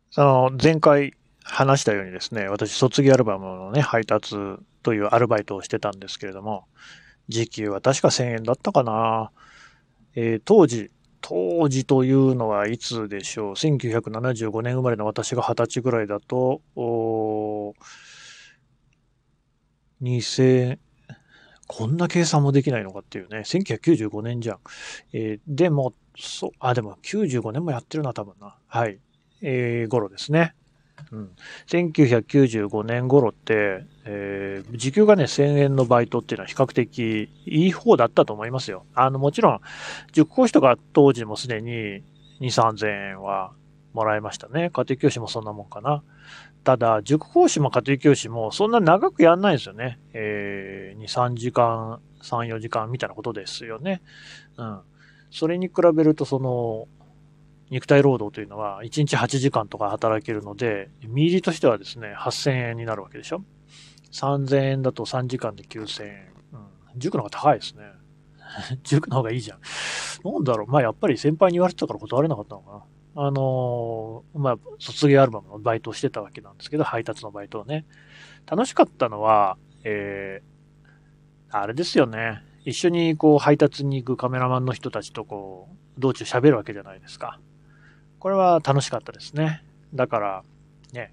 前回話したようにですね、私、卒業アルバムのね、配達というアルバイトをしてたんですけれども、時給は確か1000円だったかな。当時というのはいつでしょう。1975年生まれの私が20歳ぐらいだと、2000、こんな計算もできないのかっていうね。1995年じゃん。でも、でも95年もやってるな、多分な。はい。頃ですね。うん、1995年頃って、時給がね、1000円のバイトっていうのは比較的いい方だったと思いますよ。もちろん、塾講師とか当時もすでに2、3000円はもらえましたね。家庭教師もそんなもんかな。ただ、塾講師も家庭教師もそんな長くやんないんですよね。2、3時間、3、4時間みたいなことですよね。うん。それに比べると、肉体労働というのは1日8時間とか働けるので、見入りとしてはですね、8000円になるわけでしょ。3000円だと3時間で9000円。うん。塾の方が高いですね。塾の方がいいじゃん。なんだろう。まあやっぱり先輩に言われてたから断れなかったのかな。卒業アルバムのバイトをしてたわけなんですけど、配達のバイトをね。楽しかったのは、あれですよね。一緒にこう配達に行くカメラマンの人たちとこう、道中喋るわけじゃないですか。これは楽しかったですね。だから、ね、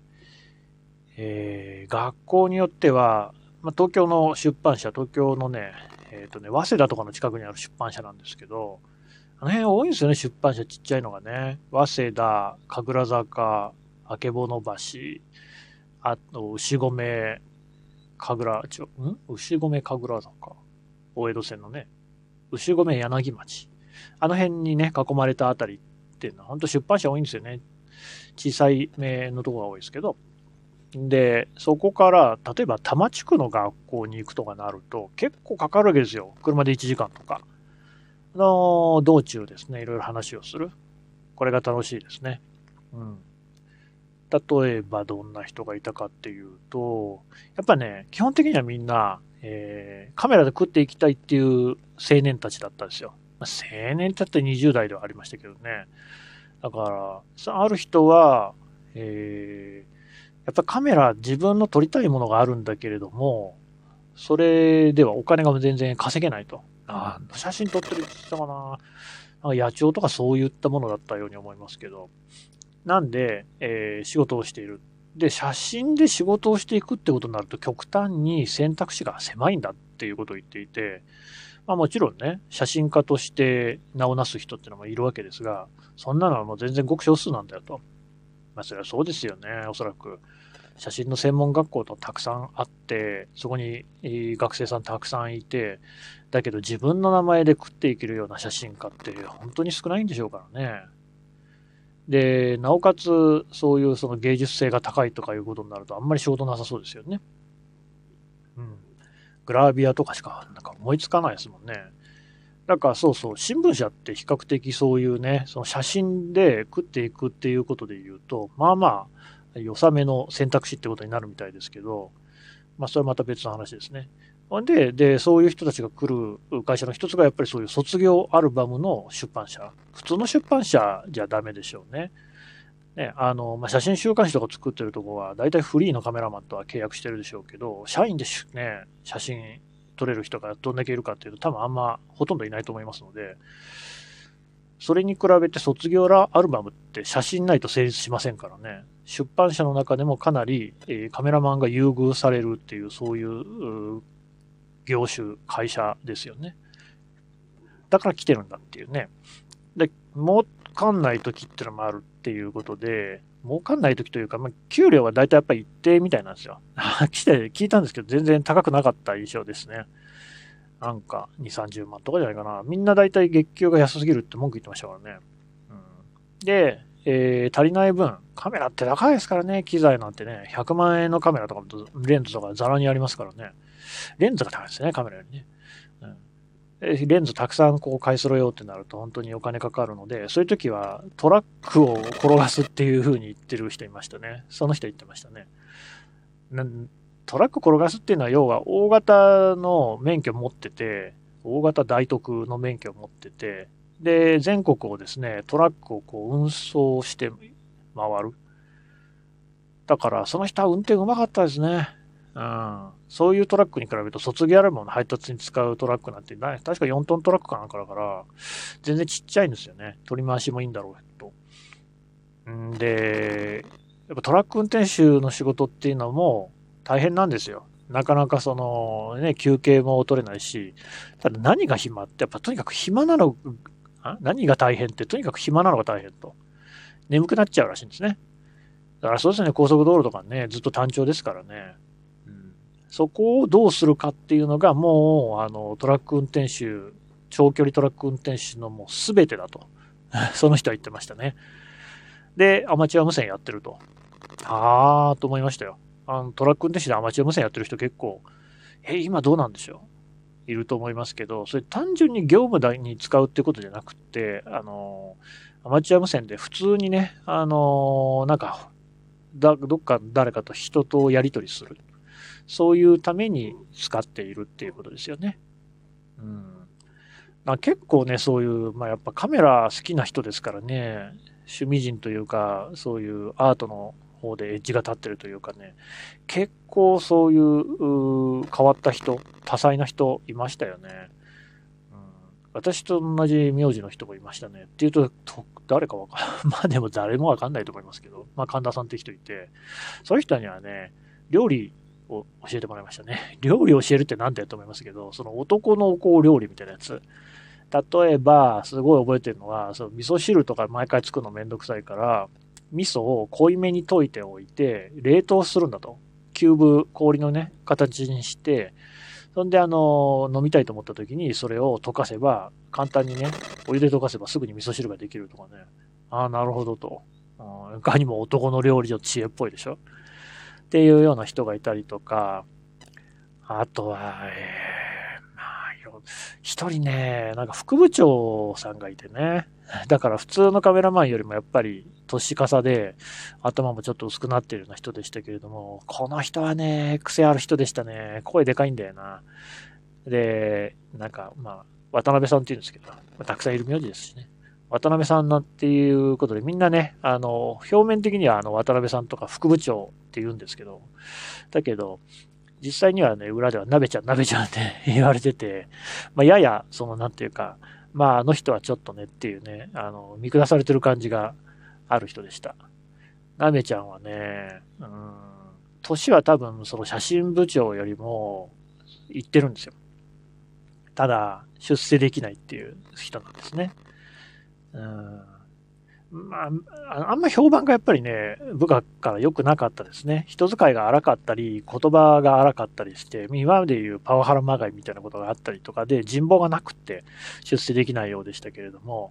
学校によっては、東京の出版社、東京のね、早稲田とかの近くにある出版社なんですけど、あの辺多いんですよね、出版社ちっちゃいのがね。早稲田、神楽坂、あけぼの橋、あと、牛込、神楽、牛込神楽坂。大江戸線のね、牛込柳町。あの辺にね、囲まれたあたりっていうのは、本当出版社多いんですよね。小さい目のところが多いですけど。で、そこから、例えば多摩地区の学校に行くとかなると、結構かかるわけですよ。車で1時間とか。道中ですね、いろいろ話をする。これが楽しいですね。うん。例えばどんな人がいたかっていうと、やっぱね、基本的にはみんな、カメラで食っていきたいっていう青年たちだったんですよ。青年ってって20代ではありましたけどね。だから、ある人は、やっぱカメラ自分の撮りたいものがあるんだけれども、それではお金が全然稼げないと。写真撮ってるって言ってたかな。なんか野鳥とかそういったものだったように思いますけど。なんで、仕事をしている。で、写真で仕事をしていくってことになると極端に選択肢が狭いんだっていうことを言っていて、もちろんね、写真家として名をなす人っていうのもいるわけですが、そんなのはもう全然ごく少数なんだよと。それはそうですよね、おそらく。写真の専門学校とたくさんあって、そこに学生さんたくさんいて、だけど自分の名前で食っていけるような写真家って本当に少ないんでしょうからね。で、なおかつ、そういうその芸術性が高いとかいうことになると、あんまり仕事なさそうですよね。うん。グラビアとかしか、なんか思いつかないですもんね。だからそうそう、新聞社って比較的そういうね、その写真で食っていくっていうことで言うと、まあまあ、良さめの選択肢ってことになるみたいですけど、それはまた別の話ですね。で、そういう人たちが来る会社の一つがやっぱりそういう卒業アルバムの出版社。普通の出版社じゃダメでしょうね。ね、写真週刊誌とか作ってるとこは、大体フリーのカメラマンとは契約してるでしょうけど、社員でね、写真撮れる人がどんだけいるかっていうと、多分あんま、ほとんどいないと思いますので、それに比べて卒業アルバムって写真ないと成立しませんからね。出版社の中でもかなり、カメラマンが優遇されるっていう、そういう業種、会社ですよね。だから来てるんだっていうね。で、儲かんない時ってのもあるっていうことで、儲かんない時というか、給料は大体やっぱり一定みたいなんですよ。来て聞いたんですけど、全然高くなかった印象ですね。なんか、2、30万とかじゃないかな。みんな大体月給が安すぎるって文句言ってましたからね。うん、で、足りない分、カメラって高いですからね、機材なんてね、100万円のカメラとかレンズとかザラにありますからね。レンズが高いですね、カメラよりね。うんレンズたくさんこう買い揃えようってなると本当にお金かかるので、そういう時はトラックを転がすっていう風に言ってる人いましたね。その人言ってましたね。トラック転がすっていうのは要は大型の免許を持ってて、大型大徳の免許を持ってて、で、全国をですね、トラックをこう運送して回る。 だから、その人は運転うまかったですね。うん。そういうトラックに比べると、卒業アルバムの配達に使うトラックなんて確か4トントラックかなんかだから、全然ちっちゃいんですよね。取り回しもいいんだろうと。んで、やっぱトラック運転手の仕事っていうのも大変なんですよ。なかなかそのね、休憩も取れないし、ただ何が暇って、やっぱとにかく暇なの、何が大変って、とにかく暇なのが大変と。眠くなっちゃうらしいんですね。だからそうですね、高速道路とかね、ずっと単調ですからね。うん、そこをどうするかっていうのが、もう、トラック運転手、長距離トラック運転手のもう全てだと。その人は言ってましたね。で、アマチュア無線やってると。と思いましたよ。トラック運転手でアマチュア無線やってる人結構、今どうなんでしょういると思いますけど、それ単純に業務に使うってことじゃなくて、アマチュア無線で普通にね、なんか、どっか誰かと人とやり取りする。そういうために使っているっていうことですよね。うん。結構ね、そういう、やっぱカメラ好きな人ですからね、趣味人というか、そういうアートの方でエッジが立ってるというかね、結構そういう、変わった人、多彩な人いましたよね。うん、私と同じ名字の人もいましたね。っていうと、誰かわかん、でも誰もわかんないと思いますけど、神田さんって人いて、そういう人にはね、料理を教えてもらいましたね。料理を教えるって何だよと思いますけど、その男のこう料理みたいなやつ。例えば、すごい覚えてるのは、その味噌汁とか毎回作るのめんどくさいから、味噌を濃いめに溶いておいて、冷凍するんだと。キューブ、氷のね、形にして、そんで飲みたいと思った時にそれを溶かせば、簡単にね、お湯で溶かせばすぐに味噌汁ができるとかね。なるほどと。いかにも男の料理の知恵っぽいでしょっていうような人がいたりとか、あとは、一人ね、なんか副部長さんがいてね。だから普通のカメラマンよりもやっぱり年かさで頭もちょっと薄くなっているような人でしたけれども、この人はね、癖ある人でしたね。声でかいんだよな。で、なんか渡辺さんって言うんですけど、たくさんいる名字ですしね。渡辺さんなんていうことでみんなね、表面的には渡辺さんとか副部長って言うんですけど、だけど、実際にはね、裏では鍋ちゃん、鍋ちゃんって言われてて、やや、なんていうか、あの人はちょっとねっていうね、見下されてる感じがある人でした。鍋ちゃんはね、年は多分その写真部長よりも行ってるんですよ。ただ、出世できないっていう人なんですね。あんま評判がやっぱりね、部下から良くなかったですね。人使いが荒かったり、言葉が荒かったりして、今までいうパワハラまがいみたいなことがあったりとかで、人望がなくって出世できないようでしたけれども、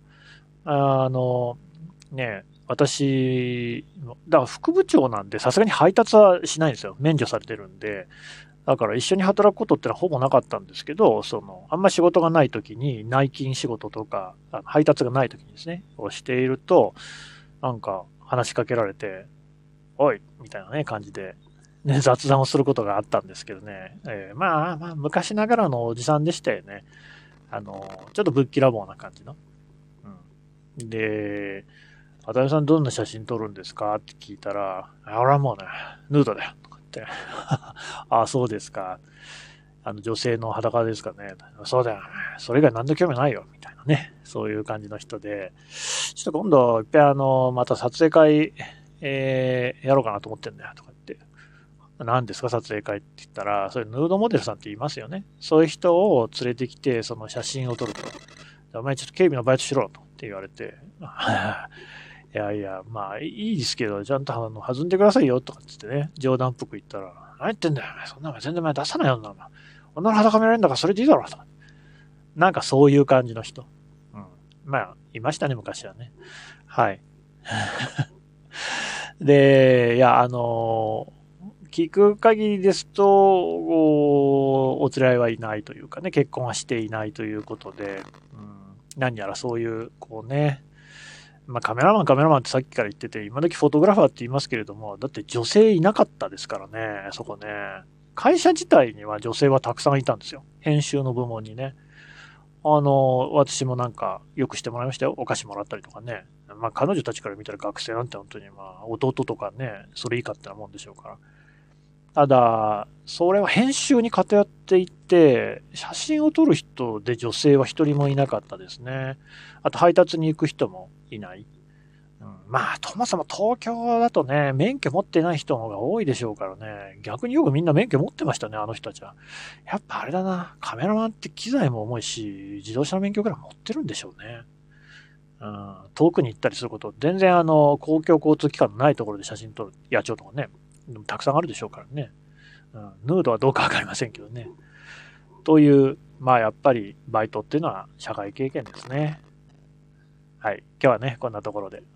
私、だから副部長なんで、さすがに配達はしないんですよ。免除されてるんで、だから一緒に働くことってのはほぼなかったんですけど、あんま仕事がない時に、内勤仕事とか、配達がない時にですね、をしていると、なんか話しかけられて、おいみたいなね、感じで、ね、雑談をすることがあったんですけどね、昔ながらのおじさんでしたよね。ちょっとぶっきらぼうな感じの。うん。で、渡辺さんどんな写真撮るんですかって聞いたら、俺はもうね、ヌードだよ。とか言って、そうですか。女性の裸ですかね。そうだよね。それ以外何の興味ないよ。みたいなね。そういう感じの人で、ちょっと今度、いっぺんまた撮影会、やろうかなと思ってんだよ。とか言って。何ですか撮影会って言ったら、それヌードモデルさんって言いますよね。そういう人を連れてきて、その写真を撮ると。お前ちょっと警備のバイトしろとって言われて、いやいや、いいですけど、ちゃんと弾んでくださいよとかって言ってね、冗談っぽく言ったら、何言ってんだよ、そんなの全然前出さないよ、女の女の裸見られるんだからそれでいいだろうとか。なんかそういう感じの人。うん。いましたね、昔はね。はい。で、いや、聞く限りですと、お連れ合いはいないというかね、結婚はしていないということで、何やらそういう、こうね、カメラマンってさっきから言ってて、今時フォトグラファーって言いますけれども、だって女性いなかったですからね、そこね。会社自体には女性はたくさんいたんですよ。編集の部門にね。私もなんか、よくしてもらいましたよ。お菓子もらったりとかね。 まあ彼女たちから見たら学生なんて本当にまあ弟とかね、それ以下ってなもんでしょうから。ただ、それは編集に偏っていって、写真を撮る人で女性は一人もいなかったですね。あと配達に行く人もいない。まあ、そもそも東京だとね、免許持ってない人の方が多いでしょうからね。逆によくみんな免許持ってましたね、あの人たちは。やっぱあれだな、カメラマンって機材も重いし、自動車の免許から持ってるんでしょうね。遠くに行ったりすること、全然公共交通機関のないところで写真撮る野鳥とかね、でもたくさんあるでしょうからね。ヌードはどうかわかりませんけどね。という、まあやっぱりバイトっていうのは社会経験ですね。はい。今日はね、こんなところで。